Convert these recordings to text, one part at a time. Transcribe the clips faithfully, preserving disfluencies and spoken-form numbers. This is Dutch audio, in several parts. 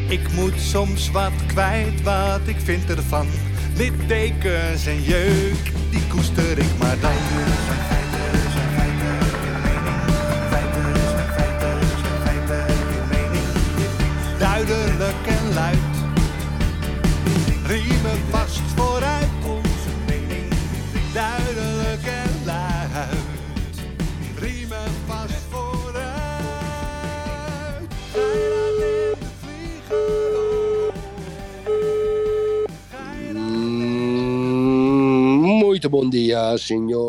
Ik moet soms wat kwijt, wat ik vind ervan. Littekens en jeuk, die koester ik maar dan. Duidelijk en luid, riemen vast vooruit, onze mening. Duidelijk en luid, riemen vast vooruit. Ga je laten vliegen? Muito bom dia,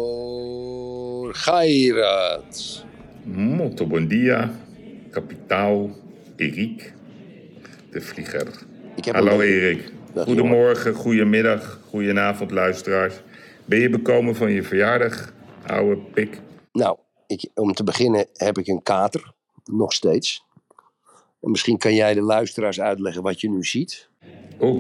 senhor Gairat. Molto bon dia, kapitaal Erik de Vlieger. Hallo Erik. Dag, Goedemorgen, goedemiddag, goedenavond luisteraars. Ben je bekomen van je verjaardag, ouwe pik? Nou, ik, om te beginnen heb ik een kater, nog steeds. En misschien kan jij de luisteraars uitleggen wat je nu ziet. Oh,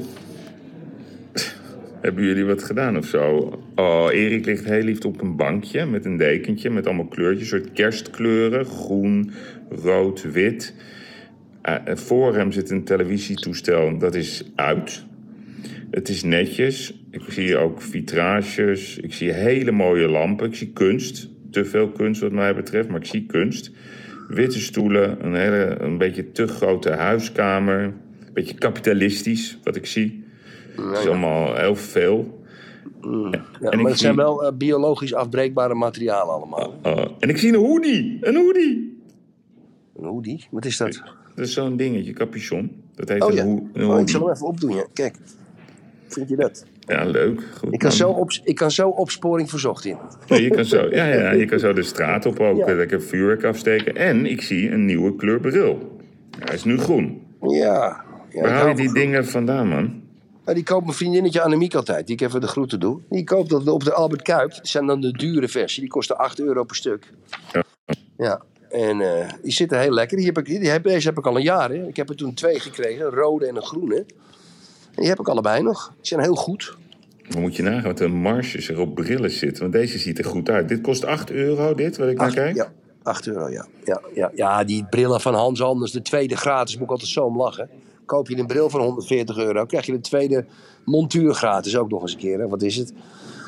hebben jullie wat gedaan of zo? Oh, Erik ligt heel lief op een bankje met een dekentje met allemaal kleurtjes, soort kerstkleuren, groen, rood, wit. Uh, voor hem zit een televisietoestel, dat is uit. Het is netjes. Ik zie ook vitrages. Ik zie hele mooie lampen. Ik zie kunst. Te veel kunst wat mij betreft, maar ik zie kunst. Witte stoelen, een, hele, een beetje te grote huiskamer. Een beetje kapitalistisch, wat ik zie. Het is allemaal heel veel. Mm. Ja, en maar het zie... zijn wel uh, biologisch afbreekbare materialen allemaal. Uh, uh, en ik zie een hoodie. Een hoodie. Een hoodie? Wat is dat? Dat is zo'n dingetje, capuchon. Dat heet oh, een, ja. ho- een oh, ik zal hem even opdoen, ja. Kijk. Vind je dat? Ja, leuk. Goed, ik, kan zo op, ik kan zo opsporing verzocht in. Ja, je kan zo, ja, ja, je kan zo de straat op ook ja. lekker vuurwerk afsteken. En ik zie een nieuwe kleur bril. Hij is nu groen. Ja. ja Waar haal je die dingen vandaan, man? Ja, die koopt mijn vriendinnetje Annemiek altijd, die ik even de groeten doe. Die koopt dat op de Albert Kuip. Dat zijn dan de dure versie. Die kosten acht euro per stuk. Ja. Ja. En uh, die zitten heel lekker. Die heb ik, die heb, deze heb ik al een jaar. Hè. Ik heb er toen twee gekregen. Een rode en een groene. En die heb ik allebei nog. Die zijn heel goed. Maar moet je nagaan wat een marges er op brillen zit. Want deze ziet er goed uit. Dit kost acht euro, dit, wat ik naar kijk? Ja, acht euro, ja. Ja, ja. ja, die brillen van Hans Anders, de tweede gratis, moet ik altijd zo om lachen. Koop je een bril van honderdveertig euro, krijg je de tweede montuur gratis ook nog eens een keer. Hè. Wat is het?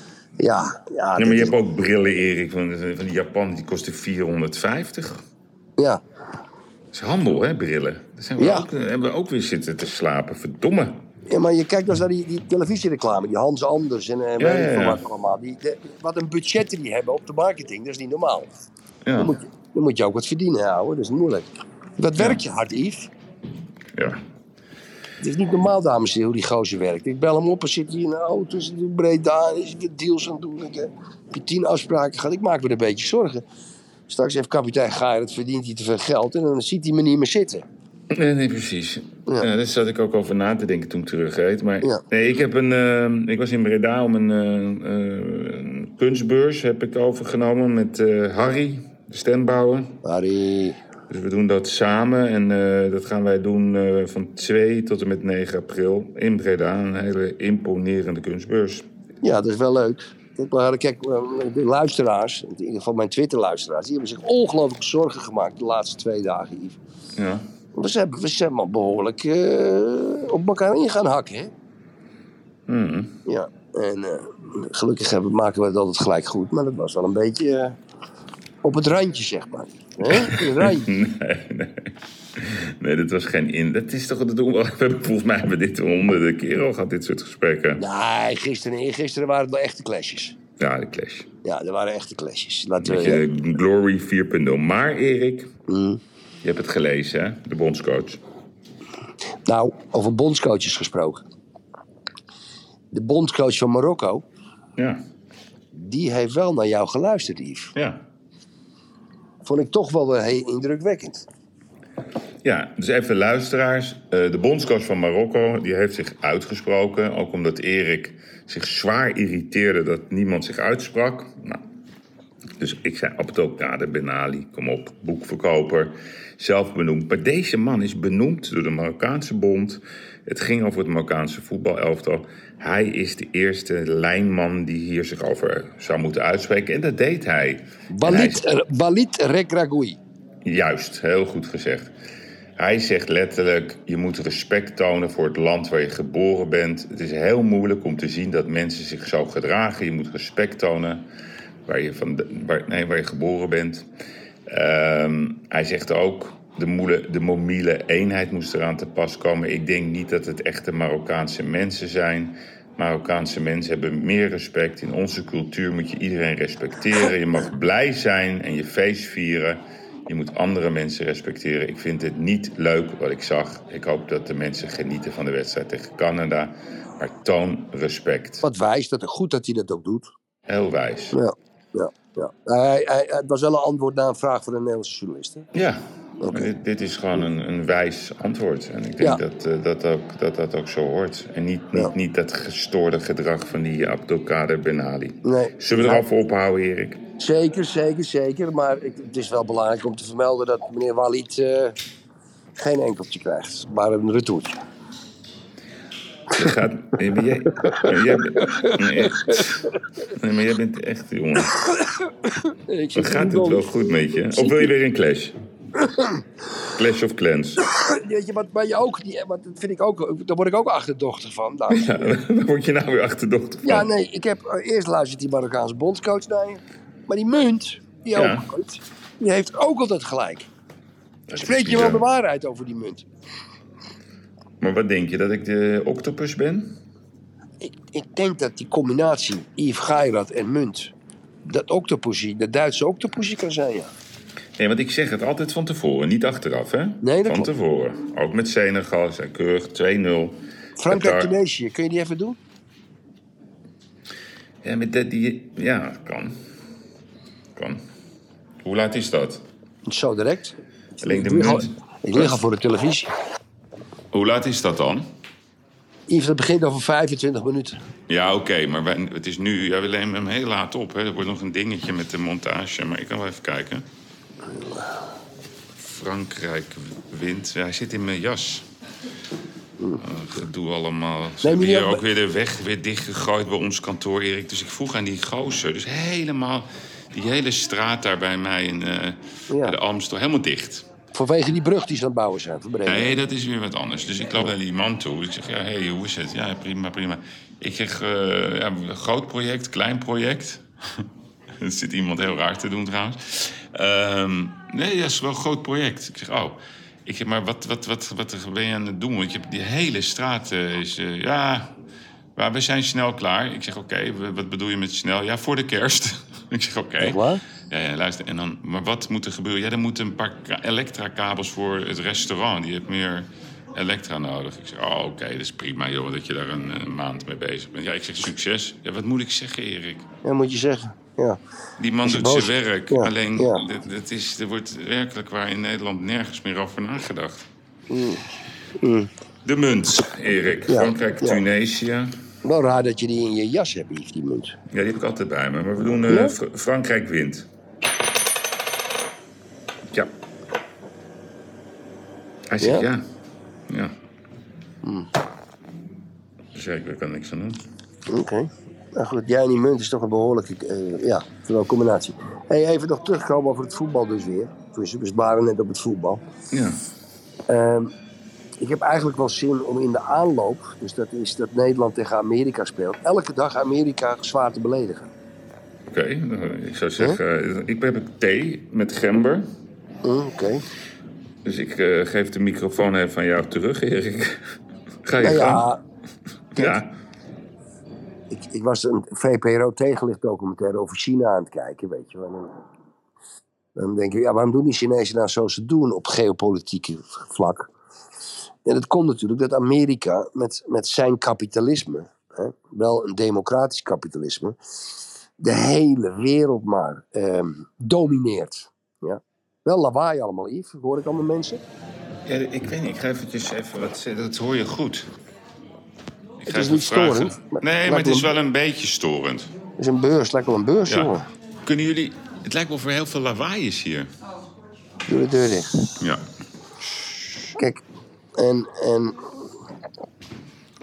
Ja, ja, ja maar je is... hebt ook brillen, Erik, van, van die Japan, die kosten vierhonderdvijftig. Ja. Dat is handel, hè, brillen. Daar zijn we ja. ook, hebben we ook weer zitten te slapen, verdomme. Ja, maar je kijkt nou eens naar die, die televisiereclame, die Hans Anders en uh, ja, weet ik ja, ja. wat allemaal. Die, de, wat een budget die hebben op de marketing, dat is niet normaal. Ja. Dan, moet je, dan moet je ook wat verdienen, houden. Dat is moeilijk. Wat ja. werkt je hard, Yves? Ja. Het is niet normaal, dames en heren, hoe die gozer werkt. Ik bel hem op en zit hier in de auto, is het Breda, is weer deals aan het doen. Ik heb je tien afspraken gehad. Ik maak me er een beetje zorgen. Straks heeft kapitein Gairat, verdient hij te veel geld en dan ziet hij me niet meer zitten. Nee, nee, precies. Ja. Ja, daar zat ik ook over na te denken toen ik terugreed. Maar ja. nee, ik, heb een, uh, ik was in Breda om een, uh, uh, een kunstbeurs heb ik overgenomen met uh, Harry, de standbouwer. Harry. Dus we doen dat samen en uh, dat gaan wij doen uh, van twee tot en met negen april in Breda. Een hele imponerende kunstbeurs. Ja, dat is wel leuk. Kijk, de luisteraars, in ieder geval mijn Twitter-luisteraars, die hebben zich ongelooflijk zorgen gemaakt de laatste twee dagen, Yves. Ja. We zijn, we zijn maar behoorlijk uh, op elkaar in gaan hakken, hè? Mm. Ja, en uh, gelukkig hebben, maken we het altijd gelijk goed, maar dat was wel een beetje uh, op het randje, zeg maar. Hè? Een randje. Nee, nee. Nee, dat was geen in. Dat is toch. Dat doen we, we hebben, volgens mij hebben we dit honderden keer al gehad, dit soort gesprekken. Nee, gisteren en eergisteren waren het wel echte clashes. Ja, de clash. Ja, er waren echte clashes. Laten we, je, ja. Glory vier punt nul. Maar Erik, mm. je hebt het gelezen, hè? De bondscoach. Nou, over bondscoaches gesproken. De bondscoach van Marokko. Ja. Die heeft wel naar jou geluisterd, Yves. Ja. Vond ik toch wel weer heel indrukwekkend. Ja, dus even luisteraars. Uh, de bondscoach van Marokko die heeft zich uitgesproken. Ook omdat Erik zich zwaar irriteerde dat niemand zich uitsprak. Nou, dus ik zei Abdelkader Ben Ali, kom op, boekverkoper, zelf benoemd. Maar deze man is benoemd door de Marokkaanse bond. Het ging over het Marokkaanse voetbalelftal. Hij is de eerste lijnman die hier zich over zou moeten uitspreken. En dat deed hij. Walid, hij... Walid Regragui. Juist, heel goed gezegd. hij zegt letterlijk, je moet respect tonen voor het land waar je geboren bent. Het is heel moeilijk om te zien dat mensen zich zo gedragen. Je moet respect tonen waar je, van de, waar, nee, waar je geboren bent. Um, hij zegt ook, de, moele, de mobiele eenheid moest eraan te pas komen. Ik denk niet dat het echte Marokkaanse mensen zijn. Marokkaanse mensen hebben meer respect. In onze cultuur moet je iedereen respecteren. Je mag blij zijn en je feest vieren. Je moet andere mensen respecteren. Ik vind het niet leuk wat ik zag. Ik hoop dat de mensen genieten van de wedstrijd tegen Canada. Maar toon respect. Wat wijs, dat goed dat hij dat ook doet. Heel wijs. Ja, ja, ja. Hij, hij, het was wel een antwoord naar een vraag van een Nederlandse journalist. Hè? Ja, okay. dit, dit is gewoon een, een wijs antwoord. En ik denk ja. dat, uh, dat, ook, dat dat ook zo hoort. En niet, niet, ja. niet dat gestoorde gedrag van die Abdelkader Ben Ali. Nee. Zullen we er even ophouden, Erik? Zeker, zeker, zeker. Maar ik, het is wel belangrijk om te vermelden dat meneer Walid uh, geen enkeltje krijgt. Maar een retourtje. Je gaat, nee, maar jij, jij, nee, echt, nee, maar jij bent echt, jongen. Dan gaat het wel goed met je. Of wil je weer een clash? Clash of Clans. Weet je, wat, wat je ook, die, wat, dat vind ik ook, daar word ik ook achterdochtig van. Nou, ja, daar word je nou weer achterdochtig van. Ja, nee, ik heb uh, eerst luisterd die Marokkaanse bondscoach naar je. Maar die Munt, die, ja. ook, die heeft ook altijd gelijk. Spreek je wel de waarheid over die Munt? Maar wat denk je, dat ik de octopus ben? Ik, ik denk dat die combinatie Yves Geirat en Munt, dat octopusie, de Duitse octopusie kan zijn, ja. Nee, want ik zeg het altijd van tevoren, niet achteraf, hè? Nee, dat van klopt. tevoren. Ook met Senegal, zijn keurig twee nul. Frankrijk-Tunesië, kun je die even doen? Ja, met dat die... Ja, kan. Kan. Hoe laat is dat? Zo direct. Alleen de ik lig al, munt... ik lig al voor de televisie. Hoe laat is dat dan? Yves, dat begint over vijfentwintig minuten. Ja, oké, okay, maar wij, het is nu... Ja, we nemen hem heel laat op, hè. Er wordt nog een dingetje met de montage, maar ik kan wel even kijken. Frankrijk wint. Ja, hij zit in mijn jas. Uh, doe allemaal. Ze hebben hier ook weer de weg weer dichtgegooid bij ons kantoor, Erik. Dus ik vroeg aan die gozer. Dus helemaal... Die hele straat daar bij mij in uh, ja. de Amstel, helemaal dicht. Vanwege die brug die ze aan het bouwen zijn. Nee, dat is weer wat anders. Dus ik loop naar die man toe. Ik zeg, ja, hé, hey, hoe is het? Ja, prima, prima. Ik zeg, uh, ja, een groot project, klein project. Er zit iemand heel raar te doen trouwens. Um, nee, dat is wel een groot project. Ik zeg, oh. Ik zeg, maar wat, wat, wat, wat ben je aan het doen? Want je hebt die hele straat uh, is... Uh, ja, maar we zijn snel klaar. Ik zeg, oké, okay, wat bedoel je met snel? Ja, voor de kerst. Ik zeg, oké. Okay. Ja, ja, luister. En dan, maar wat moet er gebeuren? Ja, er moeten een paar elektrakabels voor het restaurant. Die heeft meer elektra nodig. Ik zeg, oh, oké, okay, dat is prima, joh, dat je daar een, een maand mee bezig bent. Ja, ik zeg, succes. Ja, wat moet ik zeggen, Erik? Ja, moet je zeggen, ja. Die man doet boos? zijn werk. Ja, alleen, ja. Het, het is, er wordt werkelijk waar in Nederland nergens meer over nagedacht. Mm. Mm. De munt, Erik. Ja, Frankrijk, ja. Tunesië. Wel raar dat je die in je jas hebt, Yves, die munt. Ja, die heb ik altijd bij me. Maar we doen uh, ja? Fr- Frankrijk wint. Ja. Hij zegt ja. Ja. ja. Hmm. Dus ja, ik kan niks aan doen. Oké. Okay. Nou goed, jij en die munt is toch een behoorlijke uh, ja, een combinatie. Hey, even nog terugkomen over het voetbal dus weer. Dus we waren net op het voetbal. Ja. Um, ik heb eigenlijk wel zin om in de aanloop, dus dat is dat Nederland tegen Amerika speelt, elke dag Amerika zwaar te beledigen. Oké, okay, ik zou zeggen, huh? ik heb thee met gember. Mm, Oké. Okay. Dus ik uh, geef de microfoon even van jou terug, Erik. Ga je nou gang? Ja. Kijk, ja. Ik, ik was een V P R O-tegenlicht documentaire over China aan het kijken, weet je wel. Dan, dan denk ik, ja, waarom doen die Chinezen nou zoals ze doen op geopolitieke vlak? En dat komt natuurlijk dat Amerika met, met zijn kapitalisme, hè, wel een democratisch kapitalisme, de hele wereld maar eh, domineert. Ja. Wel lawaai allemaal, Yves, hoor ik allemaal mensen? Ja, ik weet niet, ik ga eventjes even wat zeggen, dat hoor je goed. Ik het is niet vragen. storend. Maar, nee, maar het is wel een beetje storend. Het is een beurs, het lijkt wel een beurs, ja. jongen. Kunnen jullie, het lijkt wel voor heel veel lawaai is hier. Doe de deur dicht. Ja. Kijk. En, en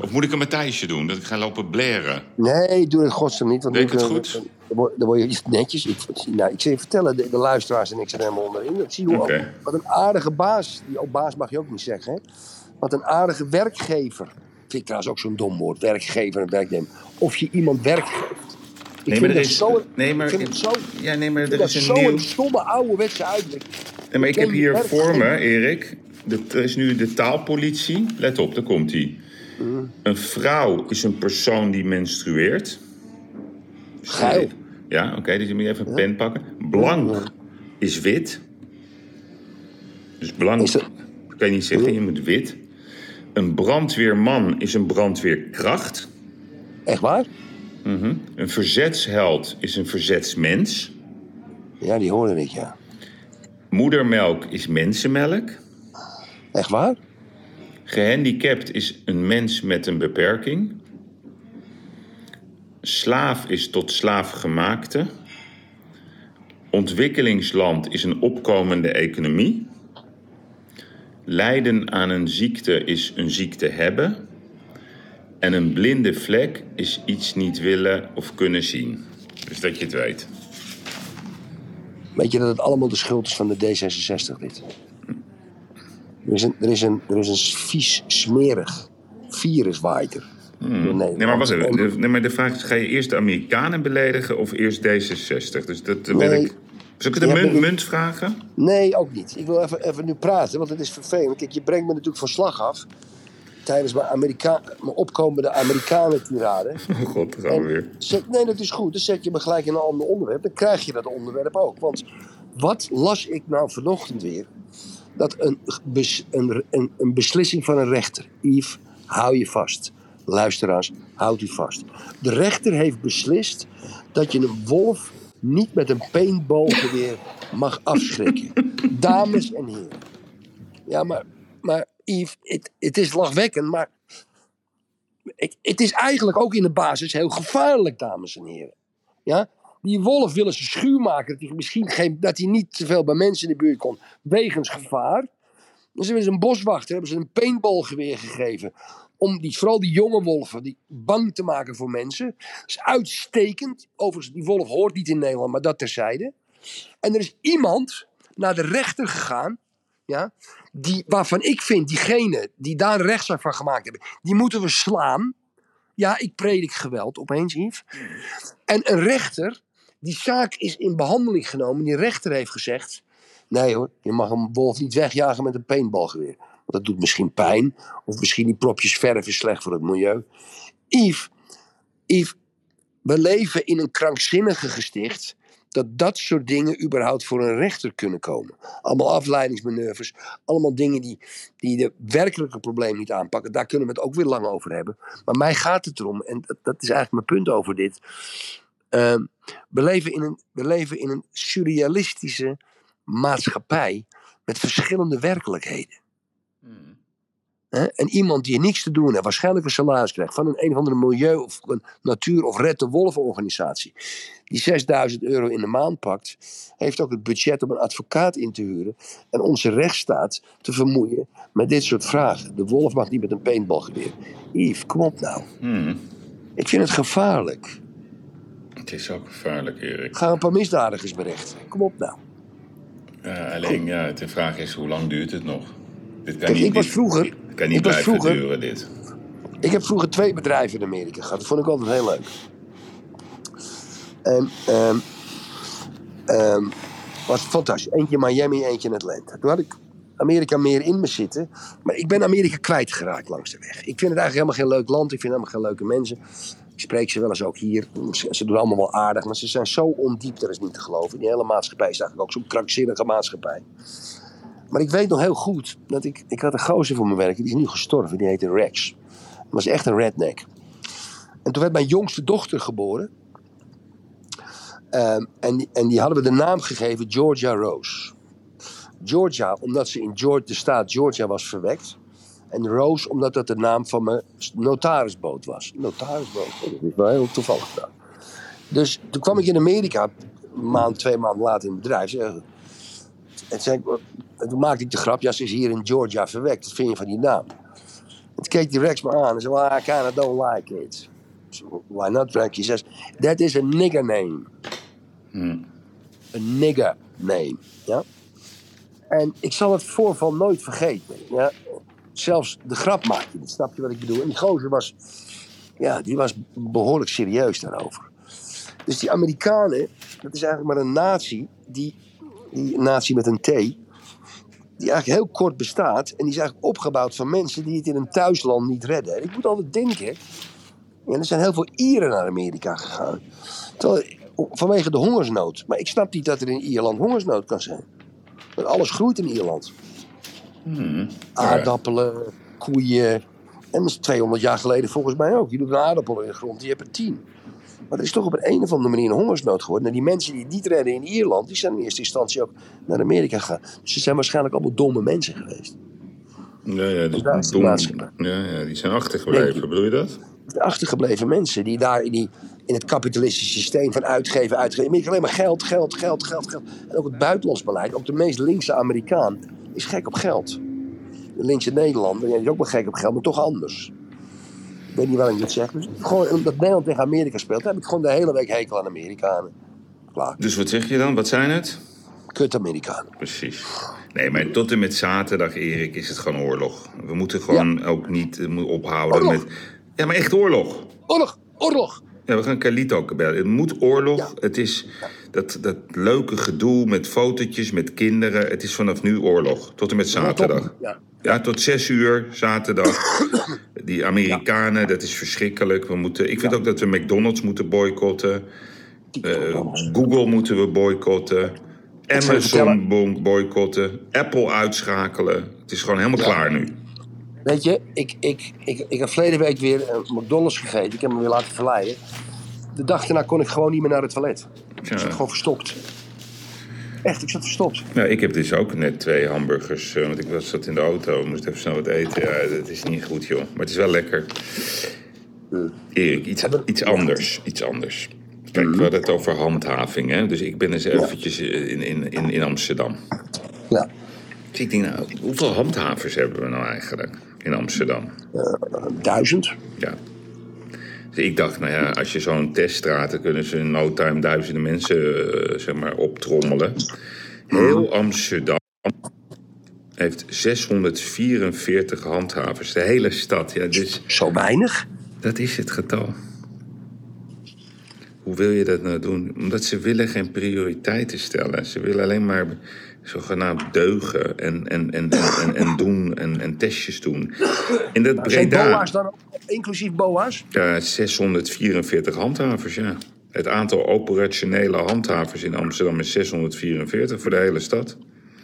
Of moet ik een Matthijsje doen? Dat ik ga lopen blaren? Nee, doe het godsnaam niet. Want Deed ik dan- het goed? Dan, dan word- dan word je netjes. Ik, nou, ik zal je vertellen, de, de luisteraars en ik zijn helemaal onderin. Ik zie hoe, Oké. wat een aardige baas, die ook baas mag je ook niet zeggen, hè? Wat een aardige werkgever. Vind ik trouwens ook zo'n dom woord, werkgever en werknemer. Of je iemand werk geeft. Ik Nee, vind maar er dat is... zo, Nee, maar... ik vind het zo, Ja, nee, maar ik er vind is dat een zo'n nieuw... stomme ouderwetse uitdruk. Nee, maar ik ken heb die hier werkgever. voor me, Erik... De, er is nu de taalpolitie. Let op, daar komt hij. Een vrouw is een persoon die menstrueert. Geil. Ja, oké, okay, dus je moet even een pen pakken. Blank is wit. Dus blank Is dat- kan je niet zeggen, je moet wit. Een brandweerman is een brandweerkracht. Echt waar? Mhm. Een verzetsheld is een verzetsmens. Ja, die hoorde ik, ja. Moedermelk is mensenmelk. Echt waar? Gehandicapt is een mens met een beperking. Slaaf is tot slaafgemaakte. Ontwikkelingsland is een opkomende economie. Lijden aan een ziekte is een ziekte hebben. En een blinde vlek is iets niet willen of kunnen zien. Dus dat je het weet. Weet je dat het allemaal de schuld is van de D zesenzestig, dit? Er is een, er is een, er is een vies, smerig virus waait er. Hmm. Nee, maar wacht even. De, nee, maar de vraag is, ga je eerst de Amerikanen beledigen of eerst D zesenzestig? Dus dat dat wil Nee. ik... Zal ik het Ja, een munt, maar- munt vragen? Nee, ook niet. Ik wil even, even nu praten, want het is vervelend. Kijk, je brengt me natuurlijk van slag af tijdens mijn, Amerika mijn opkomende Amerikanen-tirade. Oh god, daar gaan we weer. Zet, nee, dat is goed. Dan zet je me gelijk in een ander onderwerp. Dan krijg je dat onderwerp ook. Want wat las ik nou vanochtend weer? Dat een, bes, een, een, een beslissing van een rechter. Yves, hou je vast. Luisteraars, houd u vast. De rechter heeft beslist dat je een wolf niet met een paintballgeweer mag afschrikken. Dames en heren. Ja, maar, maar Yves, het, het is lachwekkend, maar het, het is eigenlijk ook in de basis heel gevaarlijk, dames en heren. Ja? Die wolf willen ze schuw maken, dat hij misschien geen, dat hij niet te veel bij mensen in de buurt komt, wegens gevaar. Dus hebben ze een boswachter, hebben ze een paintballgeweer gegeven. Om die, vooral die jonge wolven, die bang te maken voor mensen. Dat is uitstekend. Overigens, die wolf hoort niet in Nederland, maar dat terzijde. En er is iemand naar de rechter gegaan. Ja, die, waarvan ik vind, diegene die daar een rechtszaak van gemaakt hebben, die moeten we slaan. Ja, ik predik geweld opeens, Yves. En een rechter, die zaak is in behandeling genomen. Die rechter heeft gezegd, nee hoor, je mag een wolf niet wegjagen met een paintballgeweer. Want dat doet misschien pijn. Of misschien die propjes verf is slecht voor het milieu. Yves, Yves, we leven in een krankzinnige gesticht. Dat dat soort dingen überhaupt voor een rechter kunnen komen. Allemaal afleidingsmanoeuvres. Allemaal dingen die, die de werkelijke probleem niet aanpakken. Daar kunnen we het ook weer lang over hebben. Maar mij gaat het erom. En dat, dat is eigenlijk mijn punt over dit. Uh, we, leven in een, we leven in een surrealistische maatschappij. Met verschillende werkelijkheden. Hmm. He? En iemand die niks te doen heeft, waarschijnlijk een salaris krijgt van een een of andere milieu- of een natuur- of Red de Wolf organisatie, die zesduizend euro in de maand pakt, heeft ook het budget om een advocaat in te huren en onze rechtsstaat te vermoeien met dit soort vragen. De wolf mag niet met een paintballgeweer. Yves, kom op nou. Hmm. Ik vind het gevaarlijk. Het is ook gevaarlijk, Erik. Ga een paar misdadigers berechten. Kom op nou. Uh, alleen, ja, de vraag is, hoe lang duurt het nog? Dit kan Kijk, niet, ik was dit, vroeger... dit kan niet ik was blijven vroeger, duren, dit. Ik heb vroeger twee bedrijven in Amerika gehad. Dat vond ik altijd heel leuk. En um, um, was fantastisch. Eentje in Miami, eentje in Atlanta. Toen had ik Amerika meer in me zitten. Maar ik ben Amerika kwijtgeraakt langs de weg. Ik vind het eigenlijk helemaal geen leuk land. Ik vind helemaal geen leuke mensen. Ik spreek ze wel eens ook hier. Ze, ze doen allemaal wel aardig. Maar ze zijn zo ondiep, dat is niet te geloven. Die hele maatschappij is eigenlijk ook zo'n krankzinnige maatschappij. Maar ik weet nog heel goed dat ik... Ik had een gozer voor me werken. Die is nu gestorven. Die heette Rex. Dat was echt een redneck. En toen werd mijn jongste dochter geboren. Um, en, die, en die hadden we de naam gegeven Georgia Rose. Georgia, omdat ze in Georgia, de staat Georgia was verwekt. En Rose, omdat dat de naam van mijn notarisboot was. Notarisboot, dat is wel heel toevallig. Nou. Dus toen kwam ik in Amerika, een maand, twee maanden later in het bedrijf. En zei ik, toen maakte ik de grap, ja, ze is hier in Georgia verwekt. Wat vind je van die naam? Het keek die Rex me aan en zei, well, I kind of don't like it. So, why not, Rex? He says, that is a nigger name. Hmm. Een nigger name. Ja? En ik zal het voorval nooit vergeten. Ja? Zelfs de grap maakte niet, snap je wat ik bedoel? En die gozer was, ja, die was behoorlijk serieus daarover. Dus die Amerikanen, dat is eigenlijk maar een natie, die, die natie met een T, die eigenlijk heel kort bestaat. En die is eigenlijk opgebouwd van mensen die het in een thuisland niet redden. En ik moet altijd denken, ja, er zijn heel veel Ieren naar Amerika gegaan. Terwijl, vanwege de hongersnood. Maar ik snap niet dat er in Ierland hongersnood kan zijn. Want alles groeit in Ierland. Hmm. Aardappelen, koeien. En dat is tweehonderd jaar geleden volgens mij ook. Je doet een aardappel in de grond, die heb er tien. Maar er is toch op een, een of andere manier een hongersnood geworden. En die mensen die het niet redden in Ierland, die zijn in eerste instantie ook naar Amerika gegaan. Dus ze zijn waarschijnlijk allemaal domme mensen geweest. Ja, ja, die, Daar is de dom, maatschappij. ja, ja, die zijn achtergebleven, bedoel je dat? De achtergebleven mensen die daar in, die, in het kapitalistische systeem van uitgeven, uitgeven. Amerika alleen maar geld, geld, geld, geld, geld. En ook het buitenlands beleid, ook de meest linkse Amerikaan, is gek op geld. De linkse Nederlander, die is ook wel gek op geld, maar toch anders. Ik weet niet waarom ik dit zeg. Dus gewoon omdat Nederland tegen Amerika speelt, heb ik gewoon de hele week hekel aan Amerikanen. Klaar. Dus wat zeg je dan? Wat zijn het? Kut Amerikanen. Precies. Nee, maar tot en met zaterdag, Erik, is het gewoon oorlog. We moeten gewoon ja. ook niet uh, ophouden oorlog. met... Ja, maar echt oorlog. Oorlog, oorlog. Ja, we gaan Carlito ook bellen. Het moet oorlog. Ja. Het is dat, dat leuke gedoe met fotootjes, met kinderen. Het is vanaf nu oorlog. Tot en met zaterdag. Ja. Ja, tot zes uur zaterdag. Die Amerikanen, ja. dat is verschrikkelijk. We moeten, ik vind ja. ook dat we McDonald's moeten boycotten. Uh, Google moeten we boycotten. Amazon boycotten. Apple uitschakelen. Het is gewoon helemaal ja. klaar nu. Weet je, ik, ik, ik, ik heb verleden week weer uh, McDonald's gegeten. Ik heb me weer laten verleiden. De dag daarna kon ik gewoon niet meer naar het toilet. Ik ja. zat gewoon verstopt. Echt, ik zat verstopt. Nou, ik heb dus ook net twee hamburgers. Uh, want ik was zat in de auto. Moest even snel wat eten. Ja, dat is niet goed, joh. Maar het is wel lekker. Mm. Erik, iets, iets anders. Iets anders. Kijk, we hadden het over handhaving, hè. Dus ik ben eens eventjes in, in, in, in Amsterdam. Ja. Dus ik denk, nou, hoeveel handhavers hebben we nou eigenlijk in Amsterdam? Uh, duizend. Ja. Dus ik dacht, nou ja, als je zo'n teststraat... dan kunnen ze in no time duizenden mensen, uh, zeg maar, optrommelen. Heel Amsterdam heeft zeshonderdvierenveertig handhavers. De hele stad, ja. Dus zo weinig? Dat is het getal. Hoe wil je dat nou doen? Omdat ze willen geen prioriteiten stellen. Ze willen alleen maar zogenaamd deugen en, en, en, en, en doen en, en testjes doen. In dat nou, Breda... Zijn BOA's dan ook, inclusief BOA's? Ja, zeshonderdvierenveertig handhavers, ja. Het aantal operationele handhavers in Amsterdam is zeshonderdvierenveertig voor de hele stad.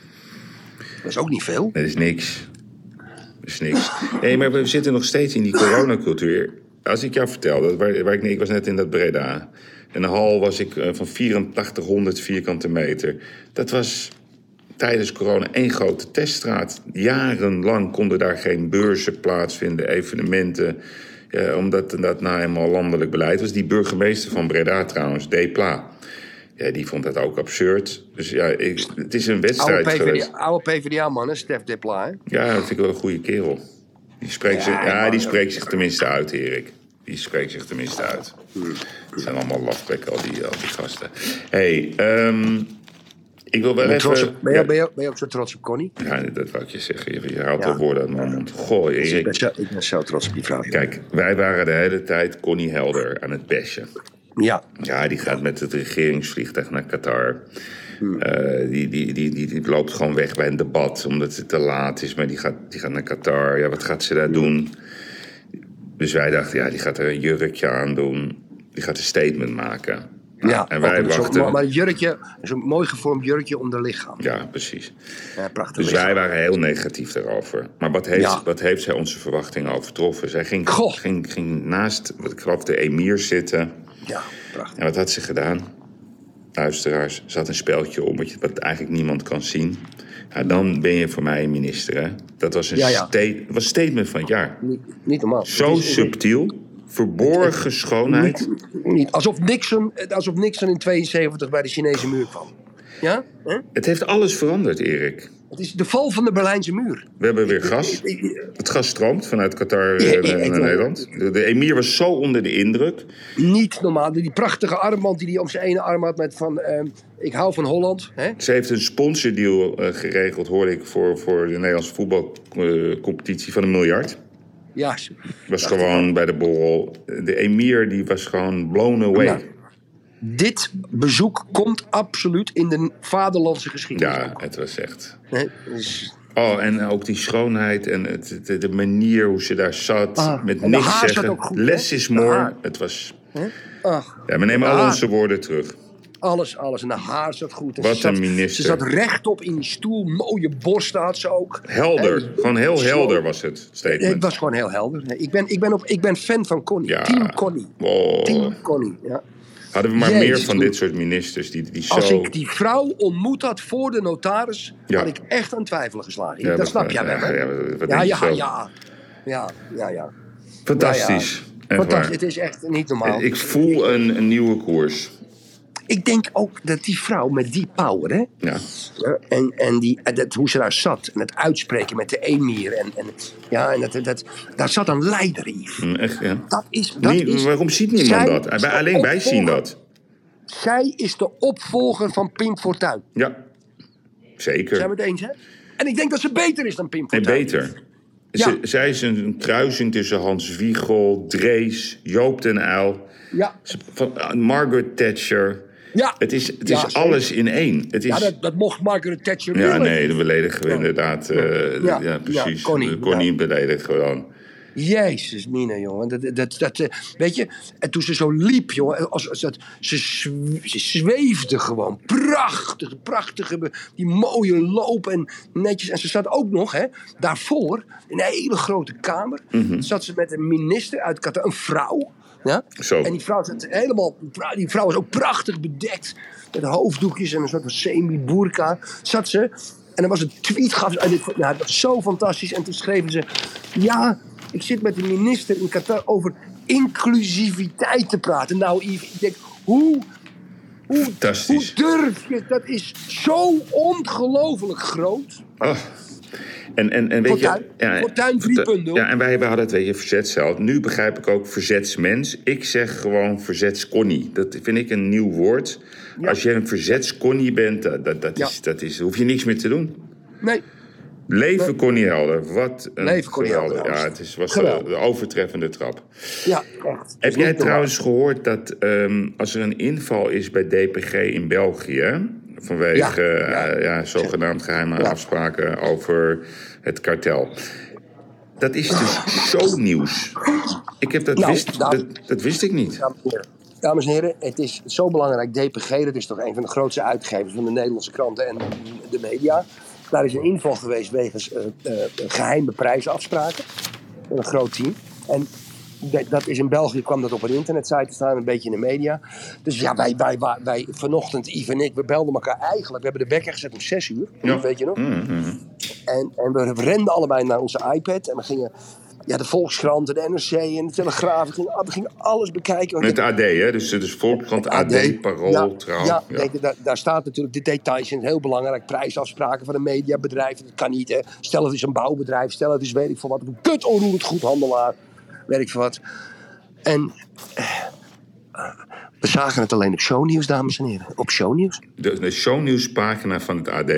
Dat is ook niet veel. Dat is niks. Dat is niks. Nee, maar we zitten nog steeds in die coronacultuur. Als ik jou vertel, dat waar, waar ik, nee, ik was net in dat Breda. In de hal was ik uh, van vierentachtighonderd vierkante meter. Dat was tijdens corona één grote teststraat. Jarenlang konden daar geen beurzen plaatsvinden, evenementen. Ja, omdat dat nou eenmaal landelijk beleid was. Die burgemeester van Breda trouwens, D. Pla. Ja, die vond dat ook absurd. Dus ja, ik, het is een wedstrijd oude P V D, geweest. Oude P V D A-man, hè, Stef D. Pla, hè? Ja, dat vind ik wel een goede kerel. Die spreekt, ja, zich, ja, die spreekt zich tenminste uit, Erik. Die spreekt zich tenminste uit. Het zijn allemaal lafbekken, al die, al die gasten. Hé, hey, um, ik wil wel ben even... Op, ben, je, ja. ben, je, ben je ook zo trots op Connie? Ja, dat wou ik je zeggen. Je, je haalt ja. wel woorden uit mijn mond. Goh, Erik. Ik ben, zo, ik ben zo trots op die vrouw. Kijk, wij waren de hele tijd Connie Helder aan het bashen. Ja. Ja, die gaat met het regeringsvliegtuig naar Qatar. Hmm. Uh, die, die, die, die, die loopt gewoon weg bij een debat, omdat het te laat is. Maar die gaat, die gaat naar Qatar. Ja, wat gaat ze daar doen? Dus wij dachten, ja, die gaat er een jurkje aan doen. Die gaat een statement maken. Nou, ja, en wij wachten. Zo, maar een jurkje, zo'n mooi gevormd jurkje om de lichaam. Ja, precies. Ja, prachtig. Dus lichaam. wij waren heel negatief daarover. Maar wat heeft, ja. wat heeft zij onze verwachtingen overtroffen? Zij ging, ging, ging naast, wat ik geloof, de emir zitten. Ja, prachtig. En wat had ze gedaan? Luisteraars, ze had een speltje om, wat, wat eigenlijk niemand kan zien. Nou, dan ben je voor mij een minister, hè? Dat was een ja, ja. Sta- was statement van het jaar. Niet, niet normaal. Zo is, subtiel, verborgen schoonheid. Niet, niet. Alsof, Nixon, alsof Nixon in tweeënzeventig bij de Chinese muur kwam. Ja? Hè? Het heeft alles veranderd, Erik. Het is de val van de Berlijnse muur. We hebben weer gas. Het gas stroomt vanuit Qatar uh, naar, naar Nederland. De, de emir was zo onder de indruk. Niet normaal. Die prachtige armband die hij om zijn ene arm had met van... Uh, ik hou van Holland. Hè? Ze heeft een sponsordeal uh, geregeld, hoorde ik, voor, voor de Nederlandse voetbalcompetitie uh, van een miljard. Ja. Was gewoon ik. bij de borrel. De emir die was gewoon blown away. Ja. Dit bezoek komt absoluut in de vaderlandse geschiedenis. Ja, het was echt... Nee, dus... Oh, en ook die schoonheid en het, de, de manier hoe ze daar zat. Ah, met niks zeggen. Goed, Less is more. Het was... Huh? Ach, ja, we nemen al haar. onze woorden terug. Alles, alles. En de haar zat goed. En Wat ze een zat, minister. Ze zat rechtop in die stoel. Mooie borsten had ze ook. Helder. En, gewoon heel zo, helder was het statement. Het was gewoon heel helder. Ik ben, ik ben, op, ik ben fan van Connie. Ja. Team Connie. Oh. Team Connie, ja. Hadden we maar Jezus, meer van dit soort ministers die, die zo... Als ik die vrouw ontmoet had voor de notaris... Ja. had ik echt aan twijfelen geslagen. Ja, dat snap jij wel, hè? Ja, ja, ja, ja, ja, ja, ja. Fantastisch. Ja, ja. Fantastisch. Het is echt niet normaal. Ik voel een, een nieuwe koers. Ik denk ook dat die vrouw met die power, hè? Ja. En, en die, dat, hoe ze daar zat. En het uitspreken met de emir. En, en, ja, en dat, dat, daar zat een leider, Yves. Mm, echt, ja. Dat is, dat nee, is, waarom ziet niemand dat? Alleen wij zien dat. Zij is de opvolger van Pim Fortuyn. Ja, zeker. Zijn we het eens, hè? En ik denk dat ze beter is dan Pim Fortuyn. Nee, beter. Ja. Ze, zij is een kruising tussen Hans Wiegel, Drees, Joop den Uyl. Ja. Van, uh, Margaret Thatcher... Ja. Het is, het is ja, alles in één. Het is... Ja, dat, dat mocht Margaret Thatcher Ja, willen. nee, dat beledigen we ja. inderdaad. Uh, ja. ja, precies. Ja, Connie, Connie ja. beledigen gewoon. Jezus, Mina, jongen. Dat, dat, dat, uh, weet je, en toen ze zo liep, jongen. Als, als dat, ze, ze zweefde gewoon. Prachtig, prachtige, die mooie loop en netjes. En ze zat ook nog, hè, daarvoor, in een hele grote kamer. Mm-hmm. Zat ze met een minister uit Qatar, een vrouw. Ja? Zo. En die vrouw, zat helemaal, die vrouw was ook prachtig bedekt. Met hoofddoekjes en een soort van semi-boerka. Zat ze. En er was een tweet. Gaf, en dit, nou, dat was zo fantastisch. En toen schreven ze... Ja, ik zit met de minister in Qatar over inclusiviteit te praten. Nou, Yves, ik denk... Hoe, hoe, hoe durf je? Dat is zo ongelooflijk groot. Oh. En, en, en weet Fortuyn, je, ja, Fortuyn drie punt nul. Ja, en wij, wij hadden het, weet je, verzetscel. Nu begrijp ik ook verzetsmens. Ik zeg gewoon verzetsconnie. Dat vind ik een nieuw woord. Ja. Als je een verzetsconnie bent, dat, dat, dat, ja. is, dat is, hoef je niks meer te doen. Nee. Leven nee. Connie Helder. Wat een Leven Connie Helder. Ja, het is, was de, de overtreffende trap. Ja, echt. Heb jij trouwens gehoord dat um, als er een inval is bij D P G in België... vanwege ja. Ja. Uh, ja, zogenaamd geheime ja. afspraken over het kartel... Dat is dus zo nieuws. Ik heb dat, nou, wist, nou, dat, dat wist ik niet. Dames en heren, het is zo belangrijk. D P G, dat is toch een van de grootste uitgevers van de Nederlandse kranten en de media. Daar is een inval geweest wegens uh, uh, geheime prijsafspraken. Een groot team. En dat is in België, kwam dat op een internetsite te staan, een beetje in de media. Dus ja, wij, wij, wij, wij vanochtend, Yves en ik, we belden elkaar eigenlijk. We hebben de wekker gezet om zes uur, ja. weet je nog? Mm-hmm. En, en we renden allebei naar onze iPad en we gingen... Ja, de Volkskrant, de N R C en de Telegraaf. We gingen, we gingen alles bekijken. Met de A D, hè? Dus, dus Volkskrant, A D, A D Parool, ja, Trouw. Ja, ja. Denk, daar, daar staat natuurlijk de details in. Heel belangrijk. Prijsafspraken van een mediabedrijf. Dat kan niet, hè. Stel het is een bouwbedrijf. Stel het is weet ik veel wat. Een kut onroerend goedhandelaar. Weet ik veel wat. En... Uh, we zagen het alleen op Shownieuws, dames en heren. Op Shownieuws. De, de Shownieuws-pagina van het A D.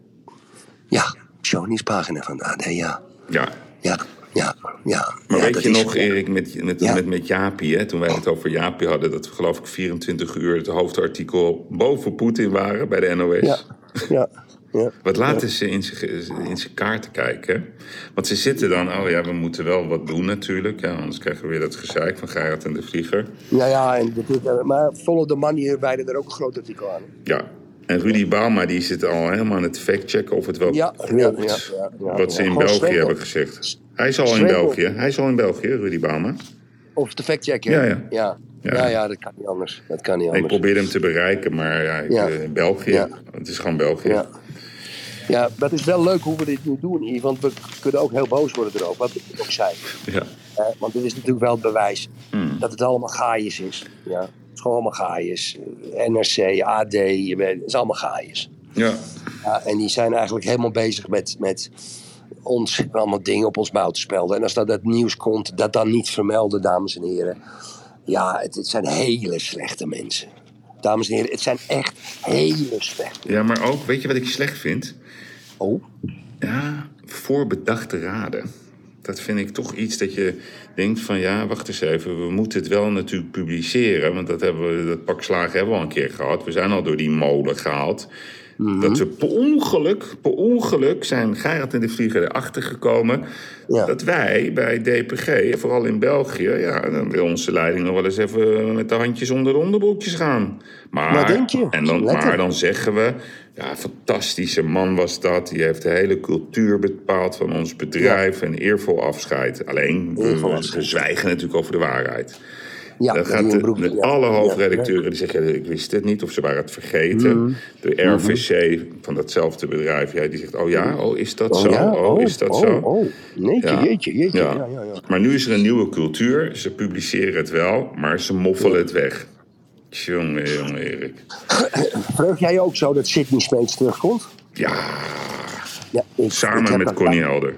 Ja, Shownieuws-pagina van het A D, ja. Ja. Ja. Ja, ja. Maar ja, weet je is, nog, Erik, met, met, ja. met, met Jaapie, hè, toen wij het over Jaapie hadden... dat we geloof ik vierentwintig uur het hoofdartikel boven Poetin waren bij de N O S. Ja, ja. ja. Wat laten ja. ze in zijn kaarten kijken? Want ze zitten dan, oh ja, we moeten wel wat doen natuurlijk. Ja, anders krijgen we weer dat gezeik van Gerard en de Vlieger. Ja, ja, en de, maar Follow the Money wijden er ook een groot artikel aan. Ja. En Rudy Bauma die zit al helemaal aan het factchecken of het wel ja, klopt ja, ja, ja, ja, wat ze ja, in België zwengel. hebben gezegd. Hij is al zwengel. in België. Hij is al in België, Rudy Bauma. Of de factchecken? Ja, ja. Ja. Ja. Ja, ja, dat kan niet anders. Dat kan niet anders. Ik probeer hem te bereiken, maar ja, ik, ja. Uh, België, ja. het is gewoon België. Ja. Ja, dat is wel leuk hoe we dit nu doen, Yves, want we kunnen ook heel boos worden erover, wat ik ook zei. Ja. Uh, want dit is natuurlijk wel het bewijs mm. dat het allemaal gaaiers is. Ja. is gewoon allemaal gaaiers. N R C, A D, je weet, het is allemaal gaaiers. Ja. Ja, en die zijn eigenlijk helemaal bezig met, met ons allemaal dingen op ons mouw te spelden. En als dat het nieuws komt, dat dan niet vermelden, dames en heren. Ja, het, het zijn hele slechte mensen. Dames en heren, het zijn echt hele slechte. Ja, maar ook, weet je wat ik slecht vind? Oh? Ja, voorbedachte raden. Dat vind ik toch iets dat je denkt van... ja, wacht eens even, we moeten het wel natuurlijk publiceren. Want dat, hebben we, dat pak slagen hebben we al een keer gehad. We zijn al door die molen gehaald. Mm-hmm. Dat we per ongeluk, per ongeluk zijn Gerard en de Vlieger erachter gekomen... Ja. Dat wij bij D P G, vooral in België... ja, dan wil onze leiding nog wel eens even met de handjes onder de onderbroekjes gaan. Maar, maar denk je? En dan, maar dan zeggen we... ja, fantastische man was dat. Die heeft de hele cultuur bepaald van ons bedrijf... Ja. En eervol afscheid. Alleen, we, we zwijgen natuurlijk over de waarheid. Ja, dan gaat de, broek, de, ja. alle hoofdredacteuren die zeggen... Ja, ik wist het niet of ze waren het vergeten. Mm. De R V C van datzelfde bedrijf... Ja, die zegt, oh ja, oh, is dat oh, zo? Ja? Oh, oh, is dat oh, zo? Oh, jeetje, ja. jeetje, jeetje. Ja. Ja, ja, ja. Maar nu is er een nieuwe cultuur. Ze publiceren het wel, maar ze moffelen het weg. Jongen, jongen, Erik. Vreug jij ook zo dat Sidney Smeets terugkomt? Ja, ja ik, samen ik met Connie Helder.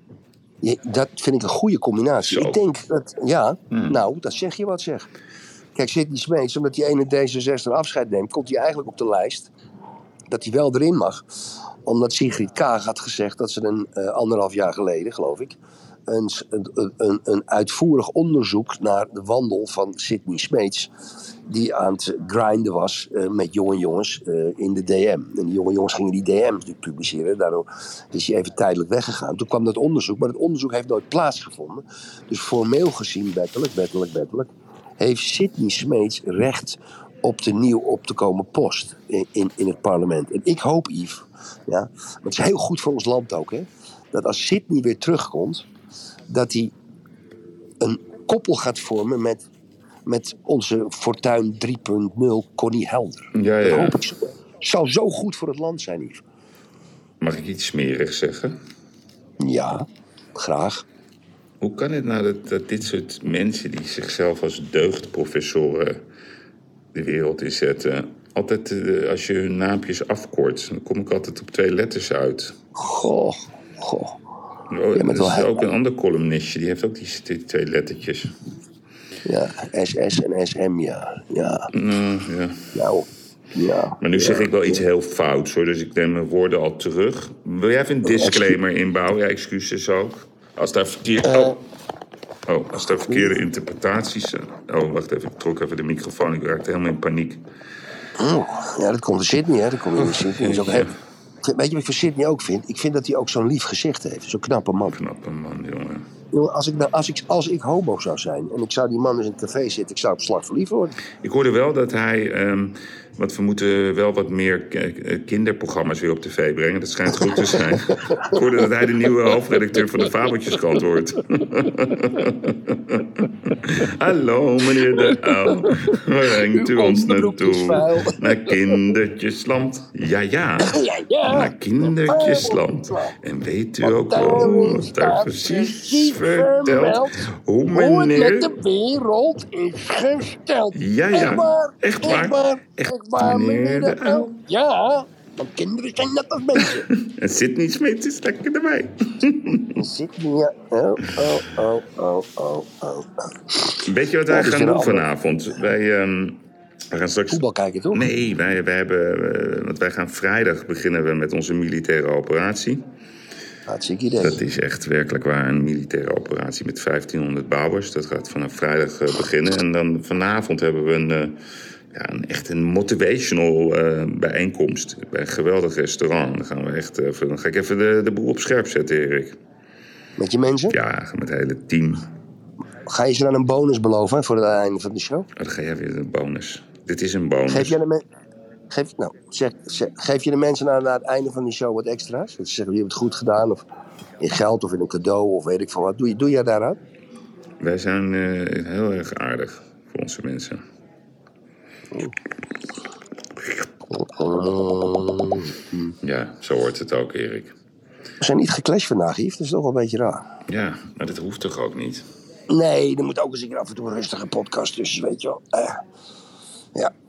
Ja, dat vind ik een goede combinatie. Zo. Ik denk dat, ja, hmm. nou, dat zeg je wat zeg. Kijk, Sidney Smeets, omdat die ene D zesenzestig afscheid neemt... komt hij eigenlijk op de lijst dat hij wel erin mag. Omdat Sigrid Kaag had gezegd dat ze een uh, anderhalf jaar geleden, geloof ik... Een, een, een, een uitvoerig onderzoek naar de wandel van Sidney Smeets... die aan het grinden was uh, met jonge jongens uh, in de D M. En die jonge jongens gingen die D M's natuurlijk publiceren. Daardoor is hij even tijdelijk weggegaan. Toen kwam dat onderzoek, maar het onderzoek heeft nooit plaatsgevonden. Dus formeel gezien, wettelijk, wettelijk, wettelijk... heeft Sidney Smeets recht op de nieuw op te komen post in, in, in het parlement. En ik hoop, Yves, ja, maar het is heel goed voor ons land ook... Hè, dat als Sidney weer terugkomt... dat hij een koppel gaat vormen met, met onze Fortuin drie punt nul Connie Helder. Ja, ja. Dat hoop ik zo. Zou zo goed voor het land zijn, Yves. Mag ik iets smerigs zeggen? Ja, graag. Hoe kan het nou dat, dat dit soort mensen die zichzelf als deugdprofessoren de wereld in zetten... altijd, uh, als je hun naampjes afkort, dan kom ik altijd op twee letters uit. Goh, goh. Oh, ja, er is ook een ander columnistje, die heeft ook die, die twee lettertjes. Ja, S S en S M, ja. Ja. Uh, ja. Nou, ja. Maar nu ja, zeg ik wel iets heel fouts, hoor, dus ik neem mijn woorden al terug. Wil jij even een disclaimer inbouwen? Ja, excuses ook. Als daar verkeerde, uh, oh. Oh, als daar verkeerde interpretaties... Oh, wacht even, ik trok even de microfoon, ik raakte helemaal in paniek. Oh, ja, dat komt de Sidney, hè. Dat komt in de Sidney. Is ook heel... Weet je wat ik van Sidney ook vind? Ik vind dat hij ook zo'n lief gezicht heeft. Zo'n knappe man. Knappe man, jongen. Jongen, als ik, nou, als, ik, als ik homo zou zijn en ik zou die man eens in het café zitten... ik zou op slag verliefd worden. Ik hoorde wel dat hij... Um, want we moeten wel wat meer kinderprogramma's weer op tv brengen. Dat schijnt goed te zijn. Ik hoorde dat hij de nieuwe hoofdredacteur van de Fabeltjeskrant wordt. Hallo, meneer de Uil. Waar brengt u ons naartoe? Naar Kindertjesland. Ja, ja. Naar Kindertjesland. En weet u ook wel wat daar precies vertelt? Hoe meneer... met de wereld is gesteld. Ja, ja. Echt waar. Echt waar, meneer de Uil. Ja, want kinderen zijn net als mensen. En Sidney Smeets is lekker erbij. Sidney, ja. Oh, oh, oh, oh, oh, oh. Weet je wat wij ja, gaan doen vanavond? Wij, um, wij gaan straks... Voetbal kijken, toch? Nee, wij, wij hebben... Uh, want wij gaan vrijdag beginnen we met onze militaire operatie. Hartstikke idee. Dat is echt werkelijk waar een militaire operatie met vijftienhonderd bouwers. Dat gaat vanaf vrijdag uh, beginnen. En dan vanavond hebben we een... Uh, Ja, een, echt een motivational uh, bijeenkomst bij een geweldig restaurant. Dan, gaan we echt even, dan ga ik even de, de boel op scherp zetten, Erik. Met je mensen? Ja, met het hele team. Ga je ze dan een bonus beloven hè, voor het einde van de show? Oh, dan ga jij weer een bonus. Dit is een bonus. Geef, jij de me- geef, nou, zeg, zeg, geef je de mensen na, na het einde van de show wat extra's? Dat ze zeggen, je hebt het goed gedaan. Of in geld of in een cadeau of weet ik van wat. Doe, doe jij daaraan? Wij zijn uh, heel erg aardig voor onze mensen. Ja, zo hoort het ook, Erik. We zijn niet geclashed vandaag, Yves. Dat is toch wel een beetje raar. Ja, maar dat hoeft toch ook niet? Nee, er moet ook eens een keer af en toe een rustige podcast tussen, weet je wel. Eh.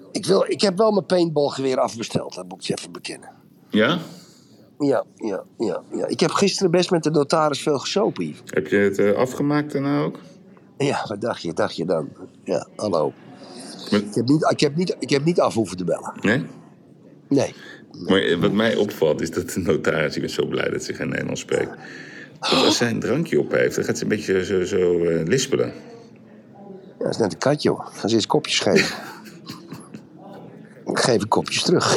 Ik, wil, ik heb wel mijn paintballgeweer afbesteld, dat moet ik je even bekennen. Ja? Ja, ja, ja, ja. Ik heb gisteren best met de notaris veel gesopen, Yves. Heb je het uh, afgemaakt daarna ook? Ja, wat dacht je, dacht je dan? Ja, hallo. Maar... Ik, heb niet, ik, heb niet, ik heb niet af hoeven te bellen. Nee? Nee. Maar wat mij opvalt is dat de notaris, ik ben zo blij dat ze geen Nederlands spreekt, dat als zij een drankje op heeft, dan gaat ze een beetje zo, zo uh, lispelen. Ja, dat is net een kat, joh. Ga ze eens kopjes geven. Ik geef kopjes terug.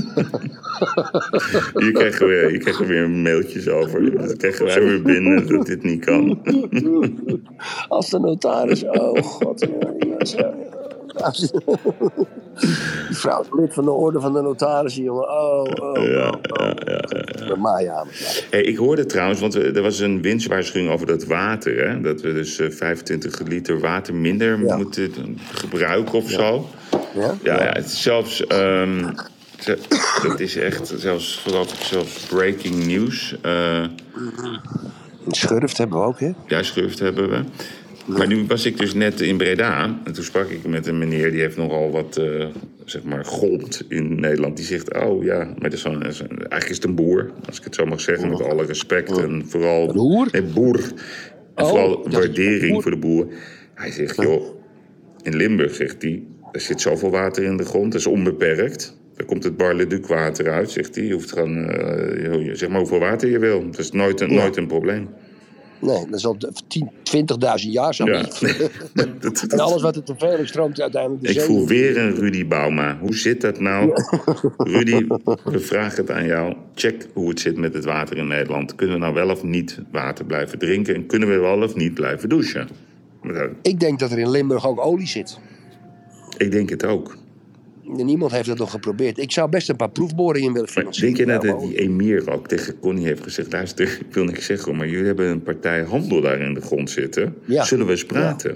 Hier krijgen we, hier krijgen we weer mailtjes over. Dan krijgen wij weer binnen dat dit niet kan. Als de notaris, oh god. Die vrouw is lid van de orde van de notarissen, jongen. Oh, oh, oh. Ja, ja, ja, ja. Maya. Hey, ik hoorde trouwens, want er was een winstwaarschuwing over dat water. Hè? Dat we dus vijfentwintig liter water minder ja. moeten gebruiken of ja. zo. Ja? Ja, ja, het is zelfs... Um, dat is echt zelfs, geloof ik, zelfs breaking news. Uh, Schurft hebben we ook, hè? Ja, schurft hebben we. Maar nu was ik dus net in Breda. En toen sprak ik met een meneer, die heeft nogal wat, uh, zeg maar, grond in Nederland. Die zegt, oh ja, maar dat is zo'n, eigenlijk is het een boer. Als ik het zo mag zeggen, met alle respect. En vooral... Een boer? Nee, boer. En oh, vooral waardering voor de boer. Hij zegt, joh, in Limburg, zegt hij, er zit zoveel water in de grond. Dat is onbeperkt. Daar komt het Bar-le-Duc water uit, zegt hij. Je hoeft gewoon, uh, zeg maar hoeveel water je wil. Dat is nooit een, ja. nooit een probleem. Nee, dat is al twintigduizend jaar zo. Ja. En alles wat er te veel is, stroomt uiteindelijk de Ik zee. voel weer een Rudy Bauma. Hoe zit dat nou? Ja. Rudy, we vragen het aan jou. Check hoe het zit met het water in Nederland. Kunnen we nou wel of niet water blijven drinken? En kunnen we wel of niet blijven douchen? Ik denk dat er in Limburg ook olie zit. Ik denk het ook. Niemand heeft dat nog geprobeerd. Ik zou best een paar proefboringen willen financieren. Denk je dat die emir ook tegen Connie heeft gezegd... luister, ik wil niks zeggen, maar jullie hebben een partij handel daar in de grond zitten. Ja. Zullen we eens praten?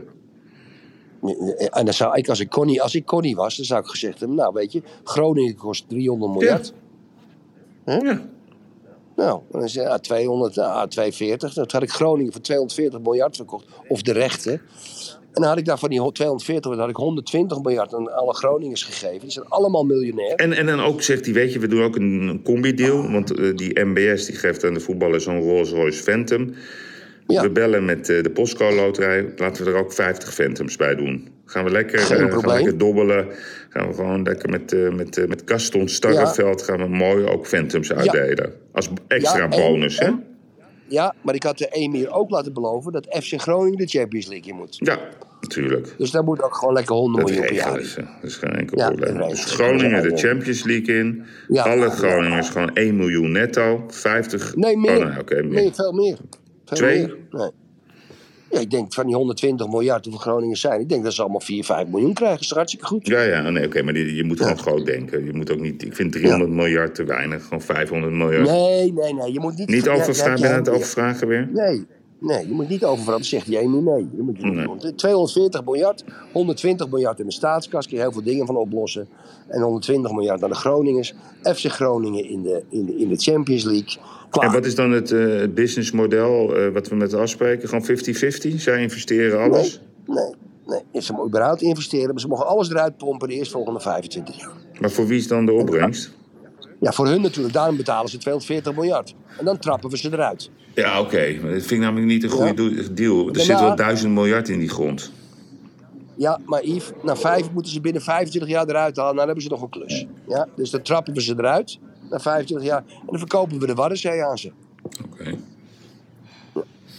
Ja. En dan zou ik, als ik Connie, als ik Connie was, dan zou ik gezegd hebben... nou, weet je, Groningen kost driehonderd miljard. Ja. Huh? Ja. Nou, dan is het ja, tweehonderd, ah, tweehonderdveertig. Dan had ik Groningen voor tweehonderdveertig miljard verkocht. Of de rechten. En dan had ik daar van die tweehonderdveertig, dan had ik honderdtwintig miljard aan alle Groningers gegeven. Die zijn allemaal miljonair. En, en dan ook zegt hij, weet je, we doen ook een, een combi-deal. Want uh, die M B S die geeft aan de voetballers zo'n Rolls-Royce Phantom. Ja. We bellen met uh, de Postco-loterij. Laten we er ook vijftig Phantoms bij doen. Gaan we lekker, uh, gaan we lekker dobbelen. Gaan we gewoon lekker met, uh, met, uh, met Gaston Starreveld ja. gaan we mooi ook Phantoms uitdelen. Ja. Als extra ja, en, bonus, hè? En, ja, maar ik had de emir ook laten beloven dat F C Groningen de Champions League in moet. Ja, natuurlijk. Dus daar moet ook gewoon lekker honderd miljoen per jaar in. Dat is geen enkel ja, probleem. Dus Groningen de Champions League in. Ja, Alle Groningers ja. gewoon één miljoen netto. vijftig... Nee, meer. Oh, nee, okay, meer. Nee, veel meer. Veel Twee? Meer. Nee. Ja, ik denk van die honderdtwintig miljard hoeveel Groningers zijn. Ik denk dat ze allemaal vier, vijf miljoen krijgen. Dat is hartstikke goed. Ja, ja, nee, oké, okay, maar die, je moet gewoon ja. groot denken. Je moet ook niet, ik vind driehonderd ja. miljard te weinig. Gewoon vijfhonderd miljard. Nee, nee, nee. Je moet niet... Niet overvragen, ben je aan het overvragen weer? Nee, nee, je moet niet overvragen. Dat zegt jij nu nee. Je moet, nee. tweehonderdveertig miljard, honderdtwintig miljard in de staatskas. Kun je heel veel dingen van oplossen. En honderdtwintig miljard aan de Groningers. F C Groningen in de, in de, in de Champions League. Klaar. En wat is dan het uh, businessmodel uh, wat we met afspreken? Gewoon vijftig vijftig? Zij investeren alles? Nee, nee, nee. Ze mogen überhaupt investeren. Maar ze mogen alles eruit pompen de eerstvolgende vijfentwintig jaar. Maar voor wie is dan de opbrengst? Ja, voor hun natuurlijk. Daarom betalen ze tweehonderdveertig miljard. En dan trappen we ze eruit. Ja, oké. Okay. Maar dat vind ik namelijk niet een goede ja. deal. Er Daarna, zit wel duizend miljard in die grond. Ja, maar Yves, na vijf moeten ze binnen vijfentwintig jaar eruit halen. Dan hebben ze nog een klus. Ja? Dus dan trappen we ze eruit. Na vijfentwintig jaar. En dan verkopen we de Waddenzee aan ze. Oké. Okay. Ja.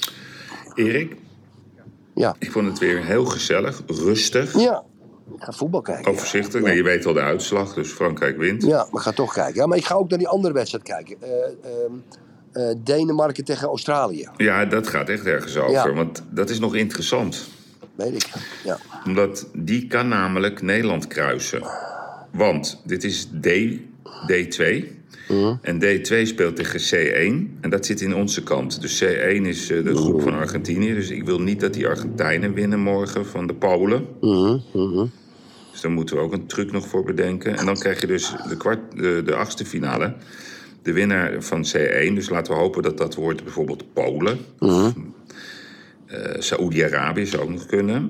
Erik? Ja. Ik vond het weer heel gezellig, rustig. Ja. Ik ga voetbal kijken. Overzichtelijk. Ja. Nee, je weet al de uitslag, dus Frankrijk wint. Ja, maar ik ga toch kijken. Ja, maar ik ga ook naar die andere wedstrijd kijken. Uh, uh, uh, Denemarken tegen Australië. Ja, dat gaat echt ergens over. Ja. Want dat is nog interessant. Weet ik, ja. Omdat die kan namelijk Nederland kruisen. Want dit is D, D twee. Uh-huh. En D twee speelt tegen C één. En dat zit in onze kant. Dus C één is uh, de groep van Argentinië. Dus ik wil niet dat die Argentijnen winnen morgen van de Polen. Uh-huh. Uh-huh. Dus daar moeten we ook een truc nog voor bedenken. En dan krijg je dus de, kwart, de, de achtste finale. De winnaar van C één. Dus laten we hopen dat dat wordt bijvoorbeeld Polen. Uh-huh. Uh, Saoedi-Arabië zou ook nog kunnen.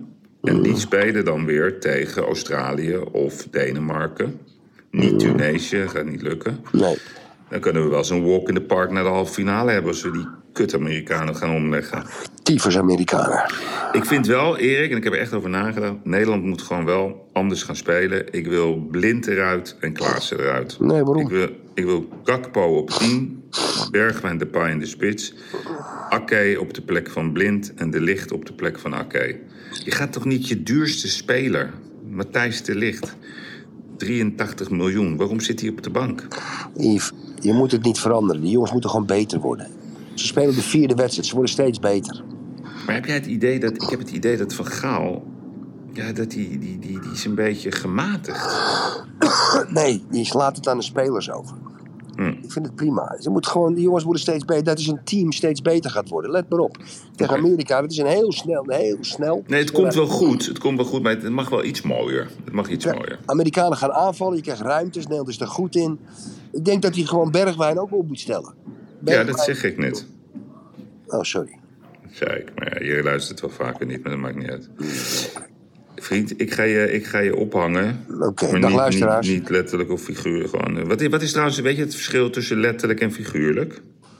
En die spelen dan weer tegen Australië of Denemarken. Niet Tunesië, gaat niet lukken. Nee. Dan kunnen we wel zo'n walk in the park naar de halve finale hebben... als we die kut-Amerikanen gaan omleggen. Tyfus Amerikanen. Ik vind wel, Erik, en ik heb er echt over nagedacht... Nederland moet gewoon wel anders gaan spelen. Ik wil Blind eruit en Klaassen eruit. Nee, waarom? Ik wil, ik wil Gakpo op tien, Bergwijn, Depay in de spits... Ake op de plek van Blind en De Ligt op de plek van Ake. Je gaat toch niet je duurste speler, Matthijs De Ligt... drieëntachtig miljoen, waarom zit hij op de bank? Yves, je moet het niet veranderen. Die jongens moeten gewoon beter worden. Ze spelen de vierde wedstrijd, ze worden steeds beter. Maar heb jij het idee dat... Ik heb het idee dat Van Gaal... Ja, dat die, die, die, die is een beetje gematigd. Nee, die slaat het aan de spelers over. Hm. Ik vind het prima. Ze moeten gewoon, die jongens worden steeds beter. Dat is een team steeds beter gaat worden. Let maar op. Tegen Oké. Amerika, dat is een heel snel, heel snel. Nee, het komt wel goed. Het komt wel goed, maar het mag wel iets mooier. Het mag iets Ja, mooier. Amerikanen gaan aanvallen, je krijgt ruimtes. Nederland is er goed in. Ik denk dat hij gewoon Bergwijn ook op moet stellen. Ja, Bergwijn... dat zeg ik net. Oh, sorry. Dat zei ik. Maar ja, je luistert wel vaker niet, maar dat maakt niet uit. Vriend, ik ga je, ik ga je ophangen. Oké, okay, maar dag niet, luisteraars. Niet, niet letterlijk of figuurlijk. Gewoon. Wat, is, wat is trouwens, weet je het verschil tussen letterlijk en figuurlijk?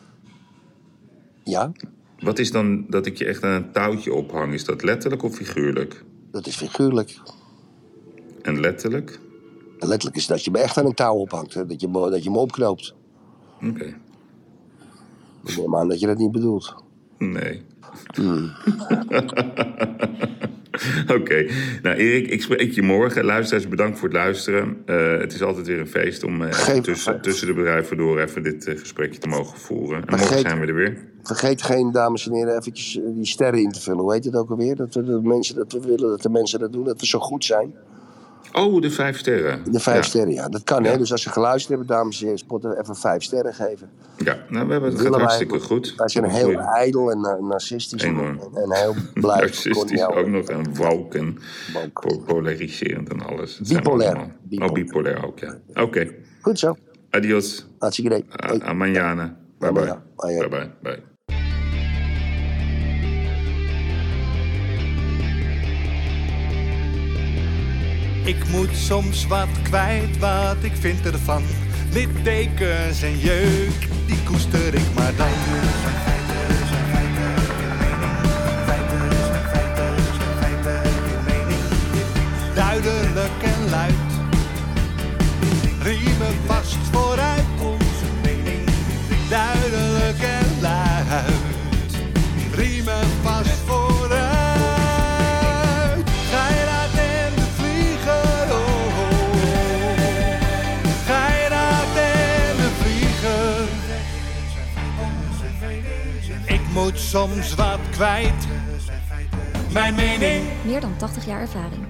Ja, Wat is dan dat ik je echt aan een touwtje ophang? Is dat letterlijk of figuurlijk? dat is figuurlijk. En letterlijk? En letterlijk is dat je me echt aan een touw ophangt. Hè? Dat, je, me- dat je me opknoopt. Oké. Okay. Ik neem aan dat je dat niet bedoelt. Nee. Hmm. Oké. Okay. Nou, Erik, ik spreek je morgen. Luisteraars, bedankt voor het luisteren. Uh, het is altijd weer een feest om uh, Geen... tussen, tussen de bedrijven door even dit uh, gesprekje te mogen voeren. En Vergeet... morgen zijn we er weer. Vergeet geen, dames en heren, eventjes die sterren in te vullen. Hoe heet het ook alweer? Dat we, de mensen, dat we willen dat de mensen dat doen, dat we zo goed zijn. Oh, de vijf sterren. De vijf ja. sterren, ja. Dat kan, ja. hè. Dus als ze geluisterd hebben, dames en heren, spotten even vijf sterren geven. Ja, nou, we hebben het gaat hartstikke wij, goed. Wij zijn heel Goeie. ijdel en uh, narcistisch. Enorm. En, en heel blij. Narcistisch ook nog. En wouk en po- polariserend en alles. Bipolair. Bipolair. Oh, bipolair ook, ja. Oké. Okay. Goed zo. Adios. Hartstikke idee. A, a mañana. Bye bye. Bye bye. Bye. Ik moet soms wat kwijt, wat ik vind ervan. Littekens en jeuk, die koester ik maar dan. Duidelijk en luid, riemen vast vooruit. Onze mening, duidelijk en luid, riemen vast vooruit. Moet soms wat kwijt. Mijn mening. Meer dan tachtig jaar ervaring.